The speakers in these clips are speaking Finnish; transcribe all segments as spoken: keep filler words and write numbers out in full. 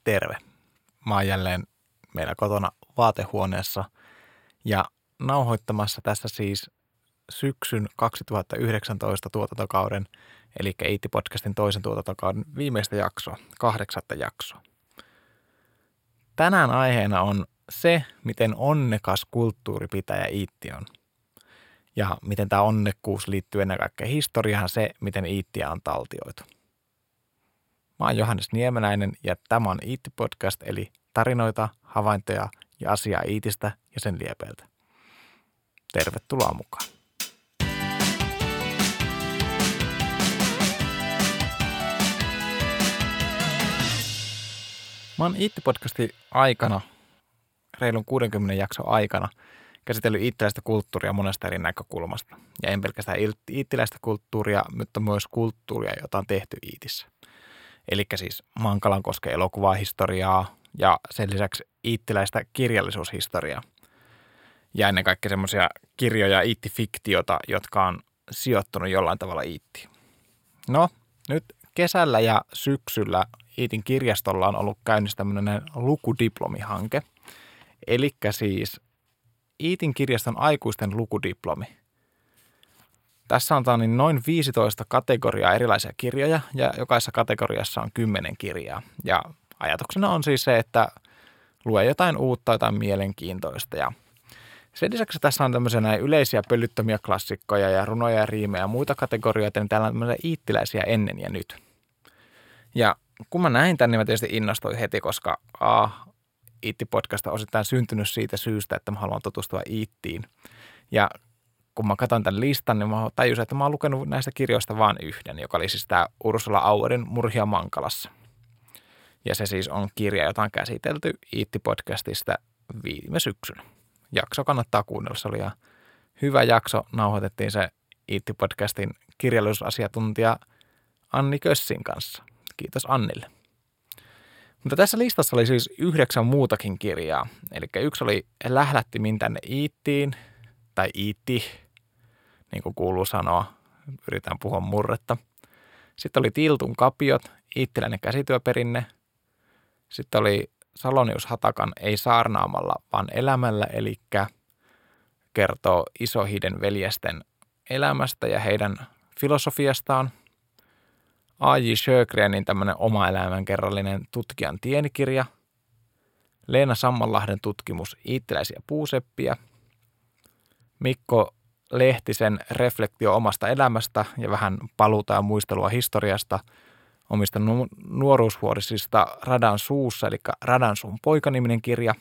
terve. Mä oon jälleen meillä kotona vaatehuoneessa ja nauhoittamassa tässä siis syksyn kaksituhattayhdeksäntoista tuotantokauden, eli I T-podcastin toisen tuotantokauden viimeistä jaksoa, kahdeksatta jaksoa. Tänään aiheena on se, miten onnekas kulttuuripitäjä Iitti on. Ja miten tämä onnekkuus liittyy ennen kaikkea historiaan, se, miten Iittiä on taltioitu. Mä oon Johannes Niemenäinen ja tämä on Iitti-podcast, eli tarinoita, havaintoja ja asiaa Iitistä ja sen liepeiltä. Tervetuloa mukaan. Mä oon Iitti-podcastin aikana, reilun kuudenkymmenen jakson aikana, käsitellyt iittiläistä kulttuuria monesta eri näkökulmasta. Ja en pelkästään iittiläistä kulttuuria, mutta myös kulttuuria, jota on tehty Iitissä. Eli siis Mankalankoskeen elokuvahistoriaa ja sen lisäksi iittiläistä kirjallisuushistoriaa. Ja ennen kaikkea semmoisia kirjoja iittifiktiota, jotka on sijoittunut jollain tavalla Iittiin. No, nyt kesällä ja syksyllä Iitin kirjastolla on ollut käynnissä tämmöinen lukudiplomihanke. Eli siis Iitin kirjaston aikuisten lukudiplomi. Tässä on niin noin viisitoista kategoriaa erilaisia kirjoja ja jokaisessa kategoriassa on kymmenen kirjaa. Ja ajatuksena on siis se, että lue jotain uutta, jotain mielenkiintoista. Ja sen lisäksi tässä on tämmöisiä näin yleisiä pölyttömiä klassikkoja ja runoja ja riimejä ja muita kategorioita, niin täällä on tämmöisiä iittiläisiä ennen ja nyt. Ja kun mä näin tän, niin mä tietysti innostuin heti, koska a, Iitti-podcast on osittain syntynyt siitä syystä, että mä haluan tutustua Iittiin. Ja kun mä katson tämän listan, niin mä tajusin, että mä oon lukenut näistä kirjoista vain yhden, joka oli siis tämä Ursula Auerin Murhia Mankalassa. Ja se siis on kirja, jota on käsitelty Iitti-podcastista viime syksynä. Jakso kannattaa kuunnella, se oli ihan hyvä jakso. Nauhoitettiin se Iitti-podcastin kirjallisuusasiantuntija Anni Kössin kanssa. Kiitos Annille. Mutta tässä listassa oli siis yhdeksän muutakin kirjaa. Eli yksi oli Lählättimin tänne Iittiin, tai Iitti, niin kuin kuuluu sanoa. Yritän puhua murretta. Sitten oli Tiltun kapiot, iittiläinen käsityöperinne. Sitten oli Salonius Hatakan Ei saarnaamalla, vaan elämällä, eli kertoo Isohiiden veljesten elämästä ja heidän filosofiastaan. A J. Sjögrenin tämmöinen oma elämänkerrallinen tutkijan tienikirja. Leena Sammanlahden tutkimus Iittiläisiä puuseppiä. Mikko Lehtisen reflektio omasta elämästä ja vähän paluuta ja muistelua historiasta omista nu- nuoruusvuorisista Radan suussa, eli Radan suun poika-niminen kirja.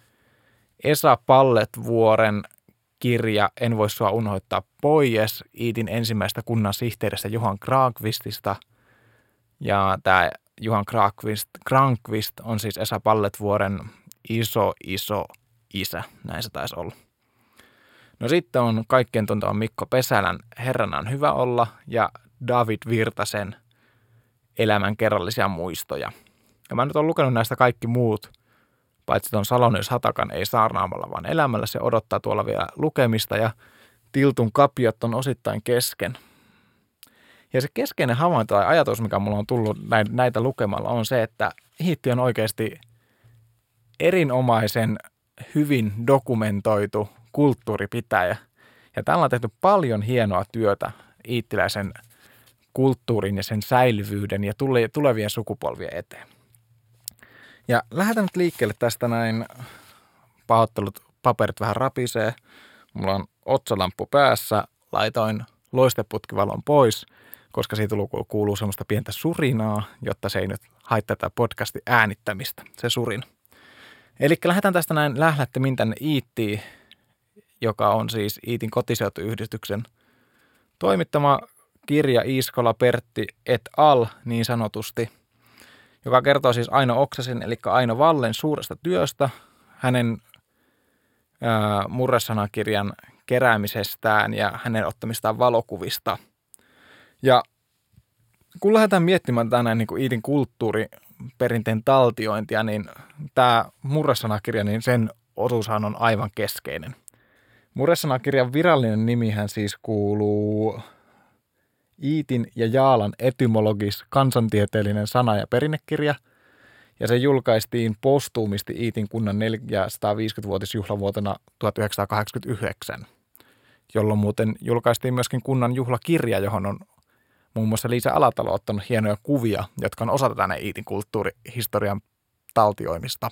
Esa Palletvuoren kirja En voi sua unohtaa pois, Iitin ensimmäistä kunnan sihteeristä Johan Granqvistista. Ja tämä Johan Granqvist, Granqvist on siis Esa Palletvuoren iso, iso isä, näin se taisi olla. No sitten on kaikkien tuntema Mikko Pesälän Herrana on hyvä olla ja David Virtasen Elämän kerrallisia muistoja. Ja mä nyt olen lukenut näistä kaikki muut, paitsi tuon Salonius Hatakan Ei saarnaamalla, vaan elämällä. Se odottaa tuolla vielä lukemista ja Tiltun kapiot on osittain kesken. Ja se keskeinen havainto tai ajatus, mikä mulla on tullut näitä lukemalla, on se, että Iitti on oikeasti erinomaisen hyvin dokumentoitu kulttuuripitäjä. Ja täällä on tehty paljon hienoa työtä iittiläisen kulttuurin ja sen säilyvyyden ja tulevien sukupolvien eteen. Ja lähdetään nyt liikkeelle tästä näin. Pahoittelut, paperit vähän rapisee. Mulla on otsalamppu päässä. Laitoin loisteputkivalon pois, koska siitä kuuluu semmoista pientä surinaa, jotta se ei nyt haittaa tätä podcastin äänittämistä, se surin. Eli lähdetään tästä näin Lählättimin tänne Iittiin, joka on siis Iitin kotiseutuyhdistyksen toimittama kirja Iiskola Pertti et al. Niin sanotusti, joka kertoo siis Aino Oksasen, eli Aino Vallen suuresta työstä, hänen ää, murresanakirjan keräämisestään ja hänen ottamistaan valokuvista. Ja kun lähdetään miettimään tänään niin kuin Iitin kulttuuriperinteen taltiointia, niin tämä murresanakirja, niin sen osuushan on aivan keskeinen. Murresanakirjan virallinen nimihän siis kuuluu Iitin ja Jaalan etymologis kansantieteellinen sana- ja perinnekirja. Ja se julkaistiin postuumisti Iitin kunnan neljäsataaviisikymmenvuotisjuhlavuotena tuhatyhdeksänsataakahdeksankymmentäyhdeksän, jolloin muuten julkaistiin myöskin kunnan juhlakirja, johon on muun muassa Liisa Alatalo ottanut hienoja kuvia, jotka on osa tätä Iitin kulttuurihistorian taltioimista.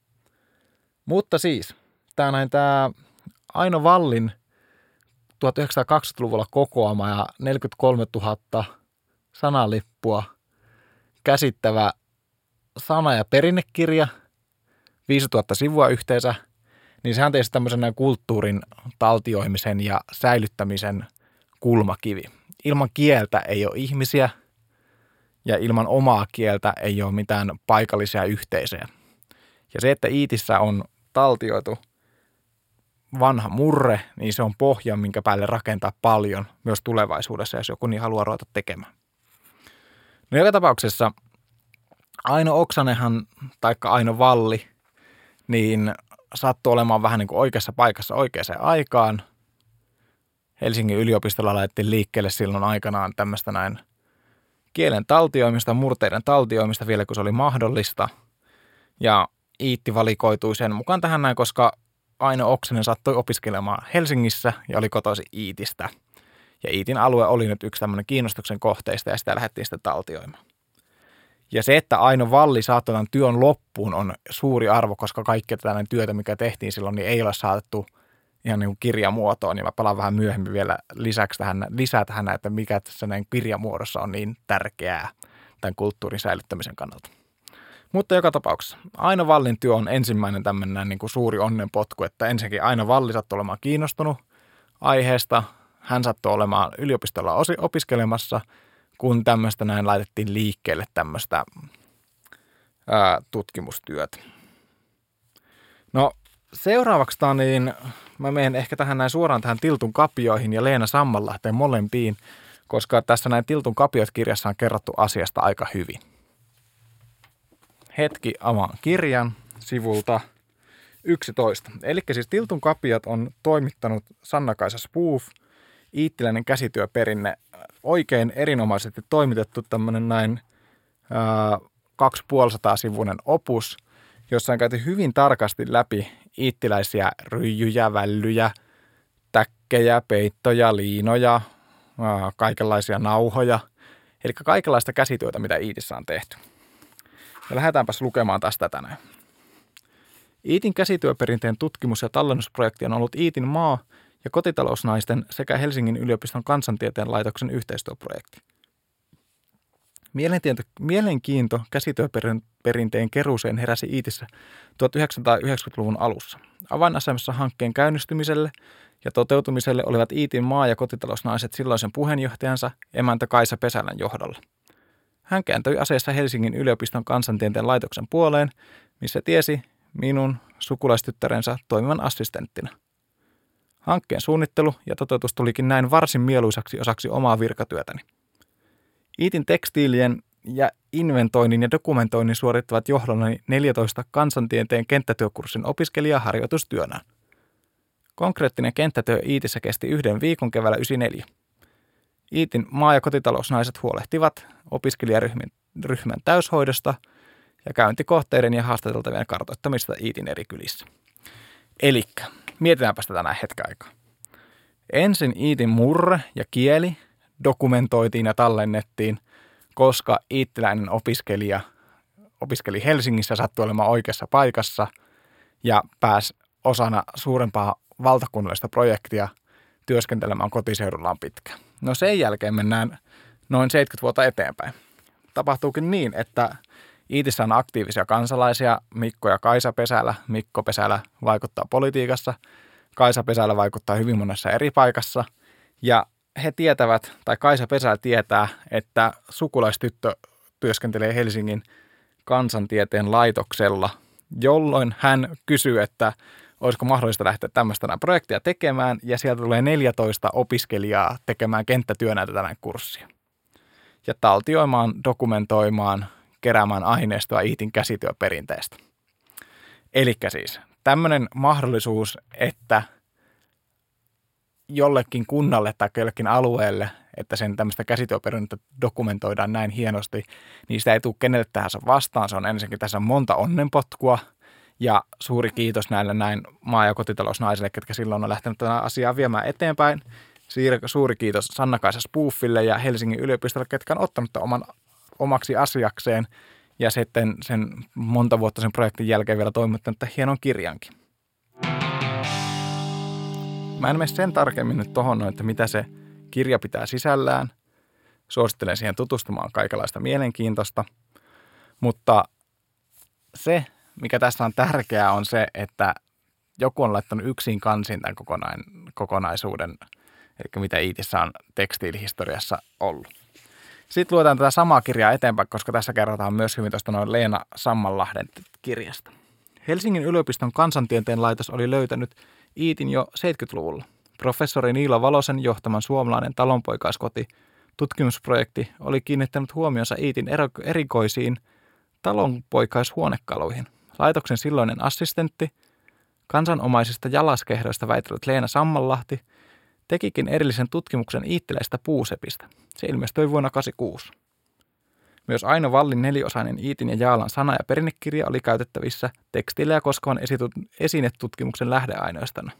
Mutta siis, tämä näin tämä Aino Vallin tuhatyhdeksänsataakaksikymmentäluvulla kokoama ja neljäkymmentäkolmetuhatta sanalippua käsittävä sana- ja perinnekirja, viisituhatta sivua yhteensä, niin sehän teisi tämmöisen kulttuurin taltioimisen ja säilyttämisen kulmakivi. Ilman kieltä ei ole ihmisiä ja ilman omaa kieltä ei ole mitään paikallisia yhteisöjä. Ja se, että Iitissä on taltioitu vanha murre, niin se on pohja, minkä päälle rakentaa paljon myös tulevaisuudessa, jos joku niin haluaa ruveta tekemään. No joka tapauksessa Aino Oksanenhan, taikka Aino Valli, niin sattui olemaan vähän niin kuin oikeassa paikassa oikeaan aikaan. Helsingin yliopistolla laitettiin liikkeelle silloin aikanaan tämmöistä näin kielen taltioimista, murteiden taltioimista vielä kun se oli mahdollista. Ja Iitti valikoitui sen mukaan tähän näin, koska Aino Oksanen sattui opiskelemaan Helsingissä ja oli kotoisin Iitistä. Ja Iitin alue oli nyt yksi tämmöinen kiinnostuksen kohteista ja sitä lähdettiin sitten taltioimaan. Ja se, että Aino Valli saattoi tämän työn loppuun on suuri arvo, koska kaikkea tällainen työtä, mikä tehtiin silloin, niin ei ole saatettu ihan niin kuin kirjamuotoon. Ja mä palaan vähän myöhemmin vielä lisäksi tähän, lisää tähän, että mikä tässä näin kirjamuodossa on niin tärkeää tämän kulttuurin säilyttämisen kannalta. Mutta joka tapauksessa Aino Vallin työ on ensimmäinen tämmöinen niin kuin suuri onnenpotku, että ensinnäkin Aino Valli sattui olemaan kiinnostunut aiheesta. Hän sattui olemaan yliopistolla opiskelemassa, kun tämmöistä näin laitettiin liikkeelle tämmöistä ää, tutkimustyötä. No seuraavaksi niin mä menen ehkä tähän näin suoraan tähän Tiltun kapioihin ja Leena Sammanlahteen molempiin, koska tässä näin Tiltun kapiot-kirjassa on kerrottu asiasta aika hyvin. Hetki, avaan kirjan sivulta yksitoista. Eli siis Tiltun kapiot on toimittanut Sanna-Kaisa Spoof, iittiläinen käsityöperinne, oikein erinomaisesti toimitettu tämmöinen näin ää, kaksisataa sivuinen opus, jossa on käyty hyvin tarkasti läpi iittiläisiä ryijyjä, vällyjä, täkkejä, peittoja, liinoja, ää, kaikenlaisia nauhoja, eli kaikenlaista käsityötä, mitä Iitissä on tehty. Ja lähdetäänpäs lukemaan tästä tänään. Iitin käsityöperinteen tutkimus- ja tallennusprojekti on ollut Iitin maa- ja kotitalousnaisten sekä Helsingin yliopiston kansantieteen laitoksen yhteistyöprojekti. Mielenkiinto käsityöperinteen keruuseen heräsi Iitissä tuhatyhdeksänsataayhdeksänkymmentäluvun alussa. Avainasemassa hankkeen käynnistymiselle ja toteutumiselle olivat Iitin maa- ja kotitalousnaiset silloisen puheenjohtajansa emäntä Kaisa Pesälän johdolla. Hän kääntyi aseessa Helsingin yliopiston kansantieteen laitoksen puoleen, missä tiesi minun sukulaistyttärensä toimivan assistenttina. Hankkeen suunnittelu ja toteutus tulikin näin varsin mieluisaksi osaksi omaa virkatyötäni. Iitin tekstiilien ja inventoinnin ja dokumentoinnin suorittavat johdollani neljätoista kansantieteen kenttätyökurssin opiskelijaa harjoitustyönään. Konkreettinen kenttätyö Iitissä kesti yhden viikon keväällä yhdeksänkymmentäneljä. Iitin maa- ja kotitalousnaiset huolehtivat opiskelijaryhmän ryhmän täyshoidosta ja käyntikohteiden ja haastateltavien kartoittamista Iitin eri kylissä. Elikkä, mietitäänpä sitä tänään hetken aikaa. Ensin Iitin murre ja kieli dokumentoitiin ja tallennettiin, koska iittiläinen opiskelija opiskeli Helsingissä, sattui olemaan oikeassa paikassa ja pääsi osana suurempaa valtakunnallista projektia työskentelemään kotiseudullaan pitkään. No sen jälkeen mennään noin seitsemänkymmentä vuotta eteenpäin. Tapahtuukin niin, että Iitissä on aktiivisia kansalaisia, Mikko ja Kaisa Pesälä. Mikko Pesälä vaikuttaa politiikassa, Kaisa Pesälä vaikuttaa hyvin monessa eri paikassa. Ja he tietävät, tai Kaisa Pesälä tietää, että sukulaistyttö työskentelee Helsingin kansantieteen laitoksella, jolloin hän kysyy, että olisiko mahdollista lähteä tämmöistä projektia tekemään, ja sieltä tulee neljätoista opiskelijaa tekemään kenttätyönä tätä kurssia. Ja taltioimaan, dokumentoimaan, keräämään aineistoa Iitin käsityöperinteestä. Elikkä siis tämmöinen mahdollisuus, että jollekin kunnalle tai jollekin alueelle että sen tämmöistä käsityöperinnettä dokumentoidaan näin hienosti, niin sitä ei tule kenelle tahansa vastaan. Se on ensinnäkin tässä monta onnenpotkua ja suuri kiitos näille näin maa- ja kotitalousnaisille, ketkä silloin on lähtenyt tätä asiaa viemään eteenpäin. Suuri kiitos Sanna-Kaisa Spoofille ja Helsingin yliopistolle, ketkä on ottanut oman omaksi asiakseen ja sitten sen monta vuotta sen projektin jälkeen vielä toimittanut tämän hienon kirjankin. Mä en mene sen tarkemmin nyt tohon, että mitä se kirja pitää sisällään. Suosittelen siihen tutustumaan kaikenlaista mielenkiintoista. Mutta se, mikä tässä on tärkeää, on se, että joku on laittanut yksin kansiin tämän kokonaisuuden, eli mitä Iitissä on tekstiilihistoriassa ollut. Sitten luetaan tätä samaa kirjaa eteenpäin, koska tässä kerrotaan myös hyvin tuosta noin Leena Sammanlahden kirjasta. Helsingin yliopiston kansantieteen laitos oli löytänyt Iitin jo seitsemänkymmentäluvulla. Professori Niilo Valosen johtaman suomalainen talonpoikaiskoti tutkimusprojekti oli kiinnittänyt huomionsa Iitin erikoisiin talonpoikaishuonekaluihin. Laitoksen silloinen assistentti, kansanomaisista jalaskehdoista väitellyt Leena Sammanlahti, tekikin erillisen tutkimuksen iittiläistä puusepistä. Se ilmestyi vuonna tuhatyhdeksänsataakahdeksankymmentäkuusi. Myös Aino Vallin neliosainen Iitin ja Jaalan sana- ja perinnekirja oli käytettävissä tekstiilejä koskevan esitut- esinetutkimuksen lähdeaineistona.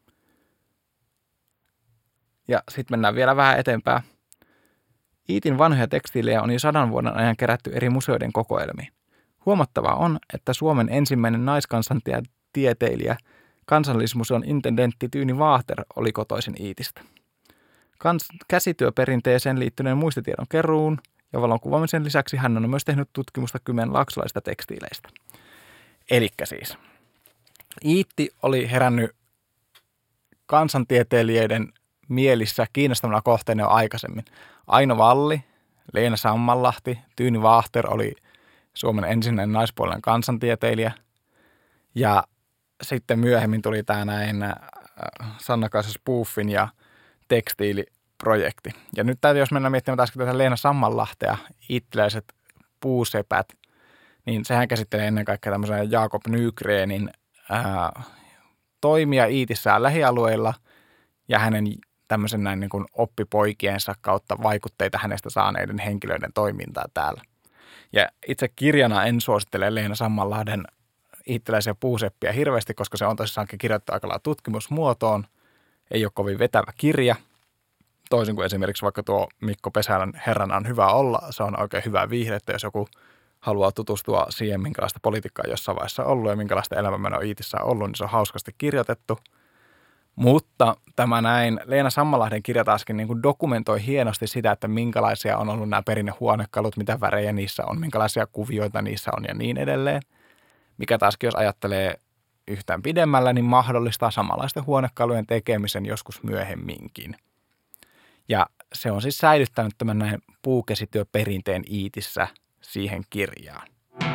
Ja sitten mennään vielä vähän eteenpäin. Iitin vanhoja tekstiilejä on jo sadan vuoden ajan kerätty eri museoiden kokoelmiin. Huomattavaa on, että Suomen ensimmäinen naiskansantieteilijä, Kansallismuseon intendentti Tyyni Vaater oli kotoisin Iitistä. Kans- käsityöperinteeseen liittyneen muistitiedon keruun ja valokuvaamisen lisäksi hän on myös tehnyt tutkimusta kymenlaaksolaisista tekstiileistä. Elikkä siis, Iitti oli herännyt kansantieteilijöiden mielissä kiinnostavana kohteena jo aikaisemmin. Aino Valli, Leena Sammanlahti, Tyyni Vaater oli Suomen ensimmäinen naispuolinen kansantieteilijä ja sitten myöhemmin tuli tämä näin Sanna-Kaisa Spoofin ja tekstiiliprojekti. Ja nyt täytyy, jos mennään miettimään taas tätä Leena Sammanlahtea, iittiläiset puusepät, niin sehän käsittelee ennen kaikkea tämmöisen Jakob Nygreenin ää, toimia Iitissään lähialueilla ja hänen tämmöisen näin niin kuin oppipoikiensa kautta vaikutteita hänestä saaneiden henkilöiden toimintaa täällä. Ja itse kirjana en suosittele Leena Sammanlahden iittiläisiä puuseppiä hirveästi, koska se on tosissaankin kirjoittu aika lailla tutkimusmuotoon. Ei ole kovin vetävä kirja. Toisin kuin esimerkiksi vaikka tuo Mikko Pesälän Herrana on hyvä olla. Se on oikein hyvää viihdettä, jos joku haluaa tutustua siihen, minkälaista politiikkaa jossain vaiheessa on ollut ja minkälaista elämänmenoa Iitissä on ollut, niin se on hauskasti kirjoitettu. Mutta tämä näin, Leena Sammanlahden kirja taaskin niin kuin dokumentoi hienosti sitä, että minkälaisia on ollut nämä perinnehuonekalut, mitä värejä niissä on, minkälaisia kuvioita niissä on ja niin edelleen. Mikä taaskin, jos ajattelee yhtään pidemmällä, niin mahdollistaa samanlaisten huonekalujen tekemisen joskus myöhemminkin. Ja se on siis säilyttänyt tämän näin puukäsityöperinteen Iitissä siihen kirjaan.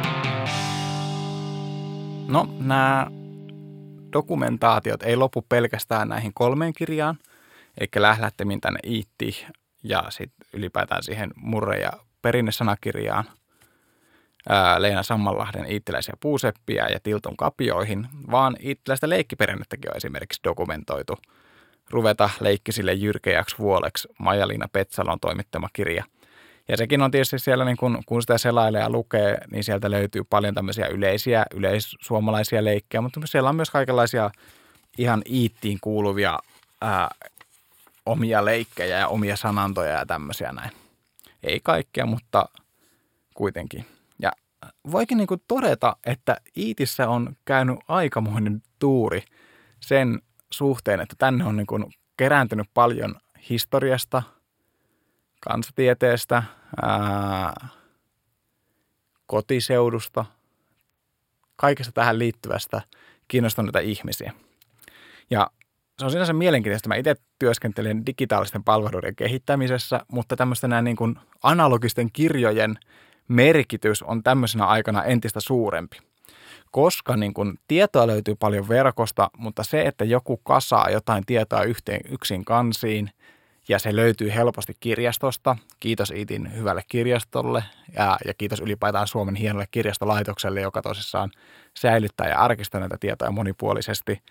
No, nämä dokumentaatiot ei lopu pelkästään näihin kolmeen kirjaan, eli lähdettemin tänne Iitti ja sitten ylipäätään siihen murre- ja perinnesanakirjaan, ää, Leena Sammanlahden iittiläisiä puuseppiä ja Tilton kapioihin, vaan iittiläistä leikkiperinnettäkin on esimerkiksi dokumentoitu. Ruveta leikkisille jyrkeäksi vuoleksi, Maija-Liina Petsalon toimittama kirja. Ja sekin on tietysti siellä, niin kun, kun sitä selailee ja lukee, niin sieltä löytyy paljon tämmöisiä yleisiä, yleissuomalaisia leikkejä, mutta siellä on myös kaikenlaisia ihan Iittiin kuuluvia ää, omia leikkejä ja omia sanantoja ja tämmöisiä näin. Ei kaikkea, mutta kuitenkin. Ja voikin niin kuin todeta, että Iitissä on käynyt aikamoinen tuuri sen suhteen, että tänne on niin kuin kerääntynyt paljon historiasta, kansatieteestä, ää, kotiseudusta, kaikesta tähän liittyvästä kiinnostuneita ihmisiä. Ja se on sinänsä mielenkiintoista. Mä itse työskentelen digitaalisten palveluiden kehittämisessä, mutta tämmöisten näin niin kuin analogisten kirjojen merkitys on tämmöisenä aikana entistä suurempi. Koska niin kuin tietoa löytyy paljon verkosta, mutta se, että joku kasaa jotain tietoa yhteen yksin kansiin, ja se löytyy helposti kirjastosta. Kiitos Iitin hyvälle kirjastolle ja, ja kiitos ylipäätään Suomen hienolle kirjastolaitokselle, joka tosissaan säilyttää ja arkistaa näitä tietoja monipuolisesti.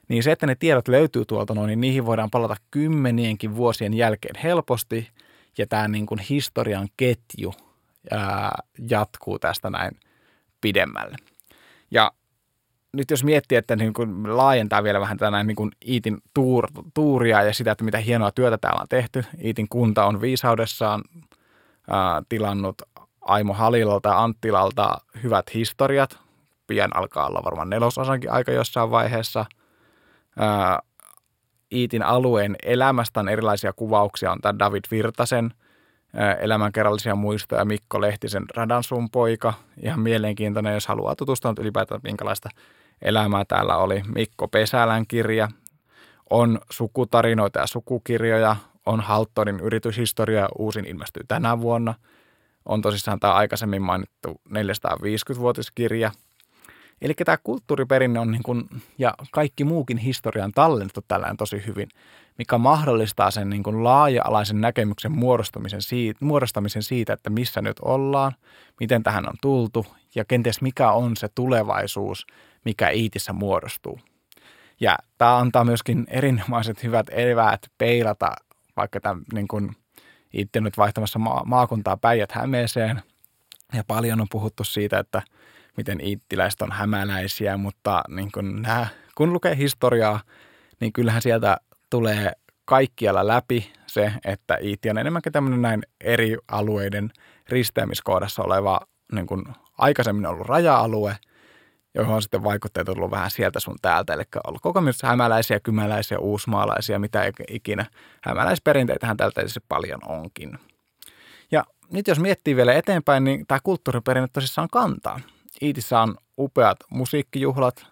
niin se, että ne tiedot löytyy tuolta noin, niin niihin voidaan palata kymmenienkin vuosien jälkeen helposti, ja tämä niin kuin historian ketju ää, jatkuu tästä näin pidemmälle. Ja nyt jos miettii, että niin kuin laajentaa vielä vähän tätä niin kuin Iitin tuur, tuuria ja sitä, että mitä hienoa työtä täällä on tehty. Iitin kunta on viisaudessaan ää, tilannut Aimo Halilalta ja Anttilalta hyvät historiat. Pian alkaa olla varmaan nelososankin aika jossain vaiheessa. Ää, Iitin alueen elämästä on erilaisia kuvauksia. On tämä David Virtasen ää, elämänkerrallisia muistoja, Mikko Lehtisen Radansuun poika. Ihan mielenkiintoinen, jos haluaa tutustua ylipäätään, minkälaista elämää täällä oli. Mikko Pesälän kirja, on sukutarinoita ja sukukirjoja, on Halttonin yrityshistoria, uusin ilmestyy tänä vuonna. On tosissaan tämä aikaisemmin mainittu neljäsataaviisikymmentävuotiskirja. Eli tämä kulttuuriperinne on niin kuin, ja kaikki muukin historia on tallennettu tällään tosi hyvin, mikä mahdollistaa sen niin kuin laaja-alaisen näkemyksen muodostamisen siitä, muodostamisen siitä, että missä nyt ollaan, miten tähän on tultu ja kenties mikä on se tulevaisuus, mikä Iitissä muodostuu. Ja tämä antaa myöskin erinomaiset hyvät eväät peilata, vaikka tämä niin kuin Iitti on nyt vaihtamassa ma- maakuntaa Päijät-Hämeeseen, ja paljon on puhuttu siitä, että miten iittiläiset on hämäläisiä, mutta niin kun, nämä, kun lukee historiaa, niin kyllähän sieltä tulee kaikkialla läpi se, että Iitti on enemmänkin tämmöinen näin eri alueiden risteämiskohdassa oleva niin kun aikaisemmin ollut raja-alue, johon on sitten vaikutteet ollut vähän sieltä sun täältä, eli on ollut koko myös hämäläisiä, kymäläisiä, uusmaalaisia, mitä ikinä. Hämäläisperinteitähän täältä tietysti paljon onkin. Ja nyt jos miettii vielä eteenpäin, niin tämä kulttuuriperinne tosissaan kantaa. Iitissä on upeat musiikkijuhlat.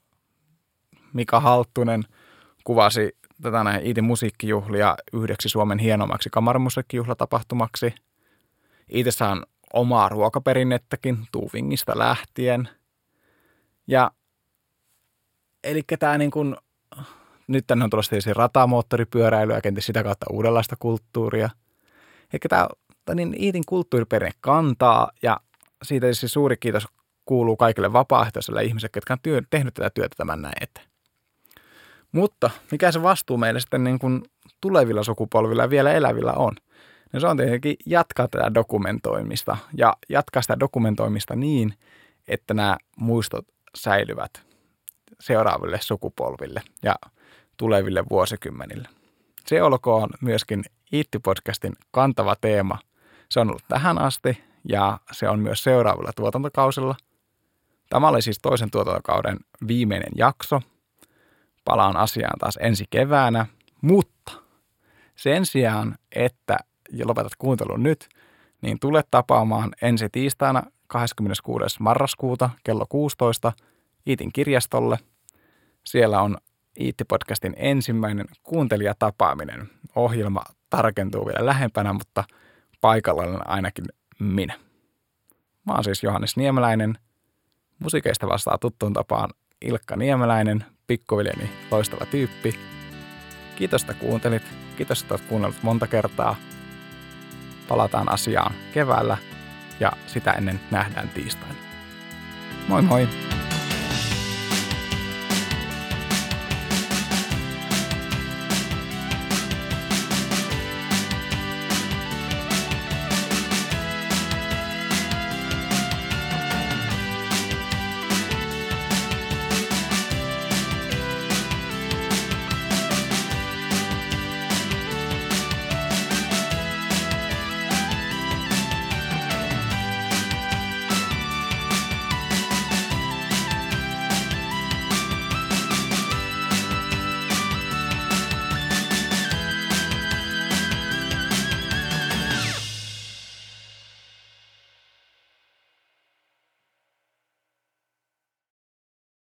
Mika Halttunen kuvasi tätä näin Iitin musiikkijuhlia yhdeksi Suomen hienommaksi kamarimusiikkijuhlatapahtumaksi. Iitissä on omaa ruokaperinnettäkin Tuuvingista lähtien. Ja eli tämä niin kuin, nyt tänne on tulossa tietysti ratamoottoripyöräilyä ja kenties sitä kautta uudenlaista kulttuuria. Eli tämä niin Iitin kulttuuriperinne kantaa ja siitä tietysti suuri kiitos kuuluu kaikille vapaaehtoisille ihmisille, jotka on työ, tehnyt tätä työtä tämän näin eteen. Mutta mikä se vastuu meille sitten niin kuin tulevilla sukupolvilla ja vielä elävillä on? Niin se on tietenkin jatkaa tätä dokumentoimista ja jatkaa sitä dokumentoimista niin, että nämä muistot säilyvät seuraaville sukupolville ja tuleville vuosikymmenille. Se olkoon myöskin Iitti-podcastin kantava teema. Se on ollut tähän asti ja se on myös seuraavilla tuotantokausilla. Tämä oli siis toisen tuotantokauden viimeinen jakso. Palaan asiaan taas ensi keväänä, mutta sen sijaan, että lopetat kuuntelun nyt, niin tule tapaamaan ensi tiistaina kahdeskymmeneskuudes marraskuuta kello kuusitoista Iitin kirjastolle. Siellä on Iitti-podcastin ensimmäinen kuuntelijatapaaminen. Ohjelma tarkentuu vielä lähempänä, mutta paikalla olen ainakin minä. Mä oon siis Johannes Niemeläinen. Musiikeista vastaa tuttuun tapaan Ilkka Niemeläinen, pikkuveljeni loistava tyyppi. Kiitos, että kuuntelit. Kiitos, että olet kuunnellut monta kertaa. Palataan asiaan keväällä ja sitä ennen nähdään tiistaina. Moi moi!